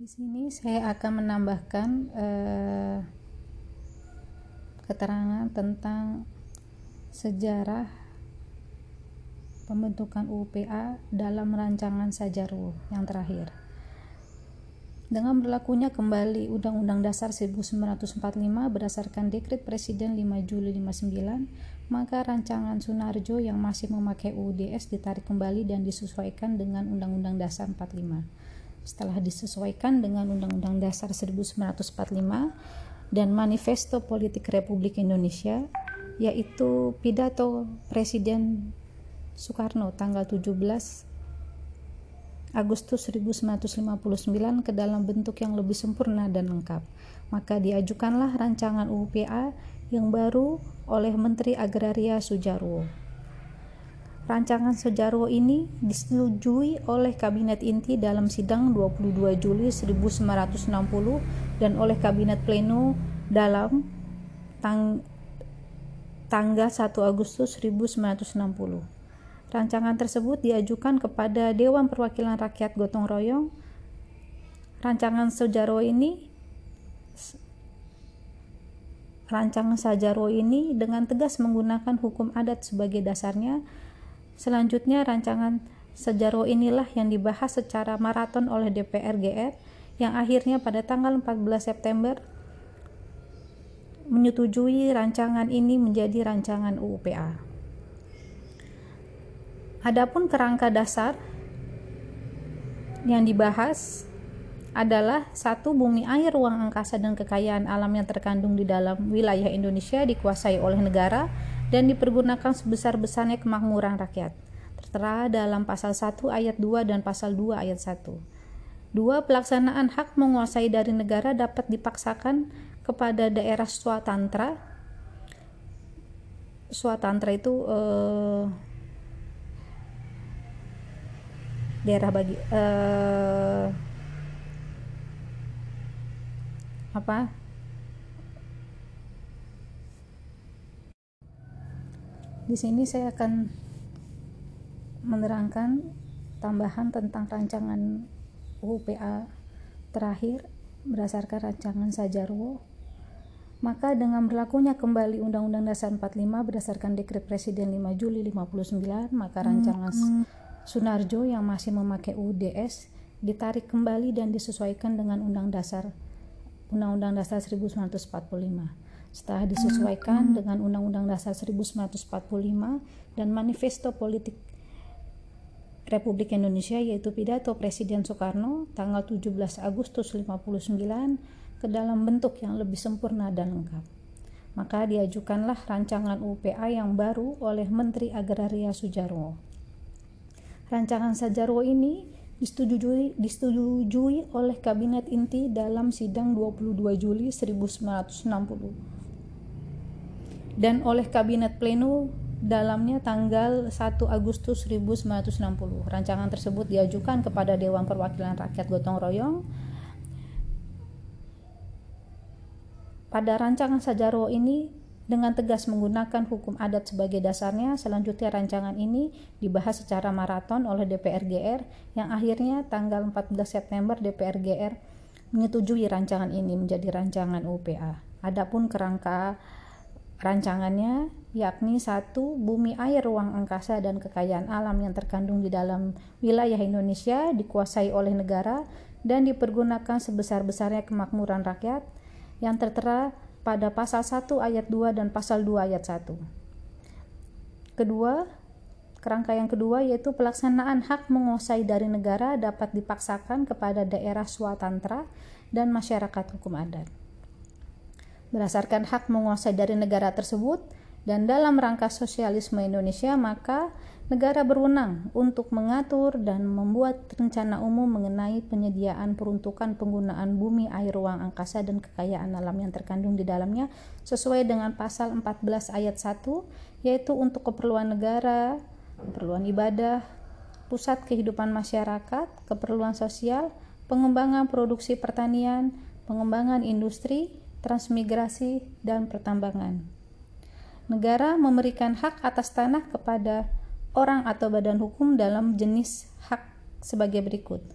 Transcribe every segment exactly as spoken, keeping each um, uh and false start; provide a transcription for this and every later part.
Di sini saya akan menambahkan eh, keterangan tentang sejarah pembentukan U U P A dalam rancangan Sajarwo yang terakhir. Dengan berlakunya kembali Undang-Undang Dasar seribu sembilan ratus empat puluh lima berdasarkan Dekret Presiden lima Juli lima puluh sembilan, maka rancangan Sunarjo yang masih memakai U U D S ditarik kembali dan disesuaikan dengan Undang-Undang Dasar empat puluh lima. Setelah disesuaikan dengan Undang-Undang Dasar seribu sembilan ratus empat puluh lima dan Manifesto Politik Republik Indonesia, yaitu pidato Presiden Soekarno tanggal tujuh belas Agustus seribu sembilan ratus lima puluh sembilan ke dalam bentuk yang lebih sempurna dan lengkap, maka diajukanlah rancangan U U P A yang baru oleh Menteri Agraria Soejarwo. Rancangan Soejarwo ini disetujui oleh Kabinet Inti dalam sidang dua puluh dua Juli seribu sembilan ratus enam puluh dan oleh Kabinet Pleno dalam tang- tanggal satu Agustus seribu sembilan ratus enam puluh. Rancangan tersebut diajukan kepada Dewan Perwakilan Rakyat Gotong Royong. Rancangan Soejarwo ini Rancangan Soejarwo ini dengan tegas menggunakan hukum adat sebagai dasarnya. Selanjutnya, rancangan Soejarwo inilah yang dibahas secara maraton oleh D P R G R yang akhirnya pada tanggal empat belas September menyetujui rancangan ini menjadi rancangan U U P A. Adapun kerangka dasar yang dibahas adalah satu, bumi, air, ruang angkasa dan kekayaan alam yang terkandung di dalam wilayah Indonesia dikuasai oleh negara dan dipergunakan sebesar-besarnya kemakmuran rakyat, tertera dalam pasal satu ayat dua dan pasal dua ayat satu. Dua, pelaksanaan hak menguasai dari negara dapat dipaksakan kepada daerah swatantra. Swatantra itu eh, daerah bagi eh, apa? Di sini saya akan menerangkan tambahan tentang rancangan U U P A terakhir berdasarkan rancangan Sajarwo. Maka dengan berlakunya kembali Undang-Undang Dasar empat puluh lima berdasarkan Dekret Presiden lima Juli lima puluh sembilan, maka rancangan Sunarjo yang masih memakai U U D S ditarik kembali dan disesuaikan dengan Undang Dasar Undang-Undang Dasar seribu sembilan ratus empat puluh lima. Setelah disesuaikan dengan Undang-Undang Dasar seribu sembilan ratus empat puluh lima dan Manifesto Politik Republik Indonesia, yaitu pidato Presiden Soekarno tanggal tujuh belas Agustus lima puluh sembilan ke dalam bentuk yang lebih sempurna dan lengkap, maka diajukanlah rancangan U U P A yang baru oleh Menteri Agraria Soejarwo. Rancangan Sajarwo ini disetujui, disetujui oleh Kabinet Inti dalam sidang dua puluh dua Juli seribu sembilan ratus enam puluh dan oleh Kabinet Pleno dalamnya tanggal satu Agustus seribu sembilan ratus enam puluh. Rancangan tersebut diajukan kepada Dewan Perwakilan Rakyat Gotong Royong. Pada rancangan Sajarwo ini dengan tegas menggunakan hukum adat sebagai dasarnya. Selanjutnya rancangan ini dibahas secara maraton oleh D P R G R yang akhirnya tanggal empat belas September D P R G R menyetujui rancangan ini menjadi rancangan U U P A. Adapun kerangka rancangannya yakni satu, bumi, air, ruang angkasa dan kekayaan alam yang terkandung di dalam wilayah Indonesia dikuasai oleh negara dan dipergunakan sebesar-besarnya kemakmuran rakyat yang tertera pada pasal satu ayat dua dan pasal dua ayat satu. Kedua, kerangka yang kedua yaitu pelaksanaan hak menguasai dari negara dapat dipaksakan kepada daerah swatantra dan masyarakat hukum adat. Berdasarkan hak menguasai dari negara tersebut dan dalam rangka sosialisme Indonesia, maka negara berwenang untuk mengatur dan membuat rencana umum mengenai penyediaan peruntukan penggunaan bumi, air, ruang angkasa dan kekayaan alam yang terkandung di dalamnya sesuai dengan pasal empat belas ayat satu, yaitu untuk keperluan negara, keperluan ibadah, pusat kehidupan masyarakat, keperluan sosial, pengembangan produksi pertanian, pengembangan industri, transmigrasi, dan pertambangan. Negara memberikan hak atas tanah kepada orang atau badan hukum dalam jenis hak sebagai berikut.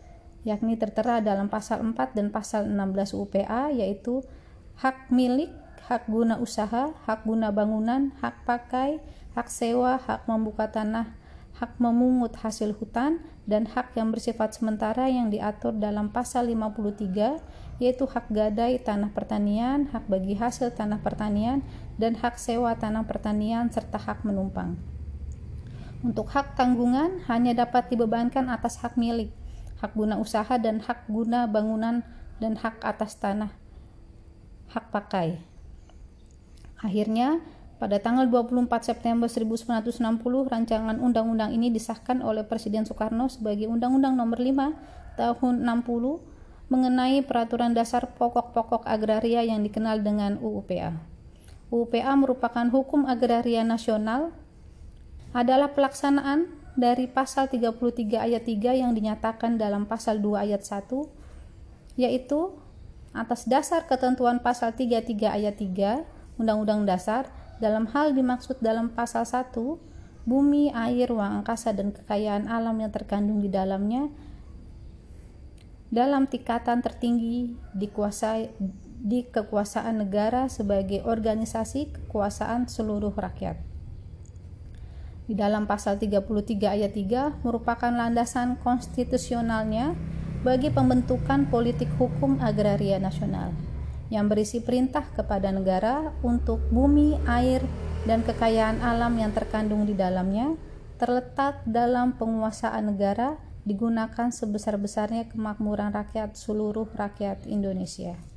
yakni tertera dalam pasal empat dan pasal enam belas U U P A, yaitu hak milik, hak guna usaha, hak guna bangunan, hak pakai, hak sewa, hak membuka tanah, hak memungut hasil hutan, dan hak yang bersifat sementara yang diatur dalam pasal lima puluh tiga, yaitu hak gadai tanah pertanian, hak bagi hasil tanah pertanian, dan hak sewa tanah pertanian, serta hak menumpang. Untuk hak tanggungan hanya dapat dibebankan atas hak milik, hak guna usaha dan hak guna bangunan, dan hak atas tanah, hak pakai. Akhirnya, pada tanggal dua puluh empat September seribu sembilan ratus enam puluh, rancangan undang-undang ini disahkan oleh Presiden Soekarno sebagai Undang-Undang Nomor lima Tahun enam puluh mengenai peraturan dasar pokok-pokok agraria yang dikenal dengan U U P A. U U P A merupakan hukum agraria nasional, adalah pelaksanaan dari pasal tiga puluh tiga ayat tiga yang dinyatakan dalam pasal dua ayat satu, yaitu atas dasar ketentuan pasal tiga puluh tiga ayat tiga Undang-Undang Dasar, dalam hal dimaksud dalam pasal satu, bumi, air, ruang angkasa, dan kekayaan alam yang terkandung di dalamnya dalam tingkatan tertinggi dikuasai di kekuasaan negara sebagai organisasi kekuasaan seluruh rakyat. Di dalam pasal tiga puluh tiga ayat tiga merupakan landasan konstitusionalnya bagi pembentukan politik hukum agraria nasional yang berisi perintah kepada negara untuk bumi, air, dan kekayaan alam yang terkandung di dalamnya terletak dalam penguasaan negara, digunakan sebesar-besarnya kemakmuran rakyat seluruh rakyat Indonesia.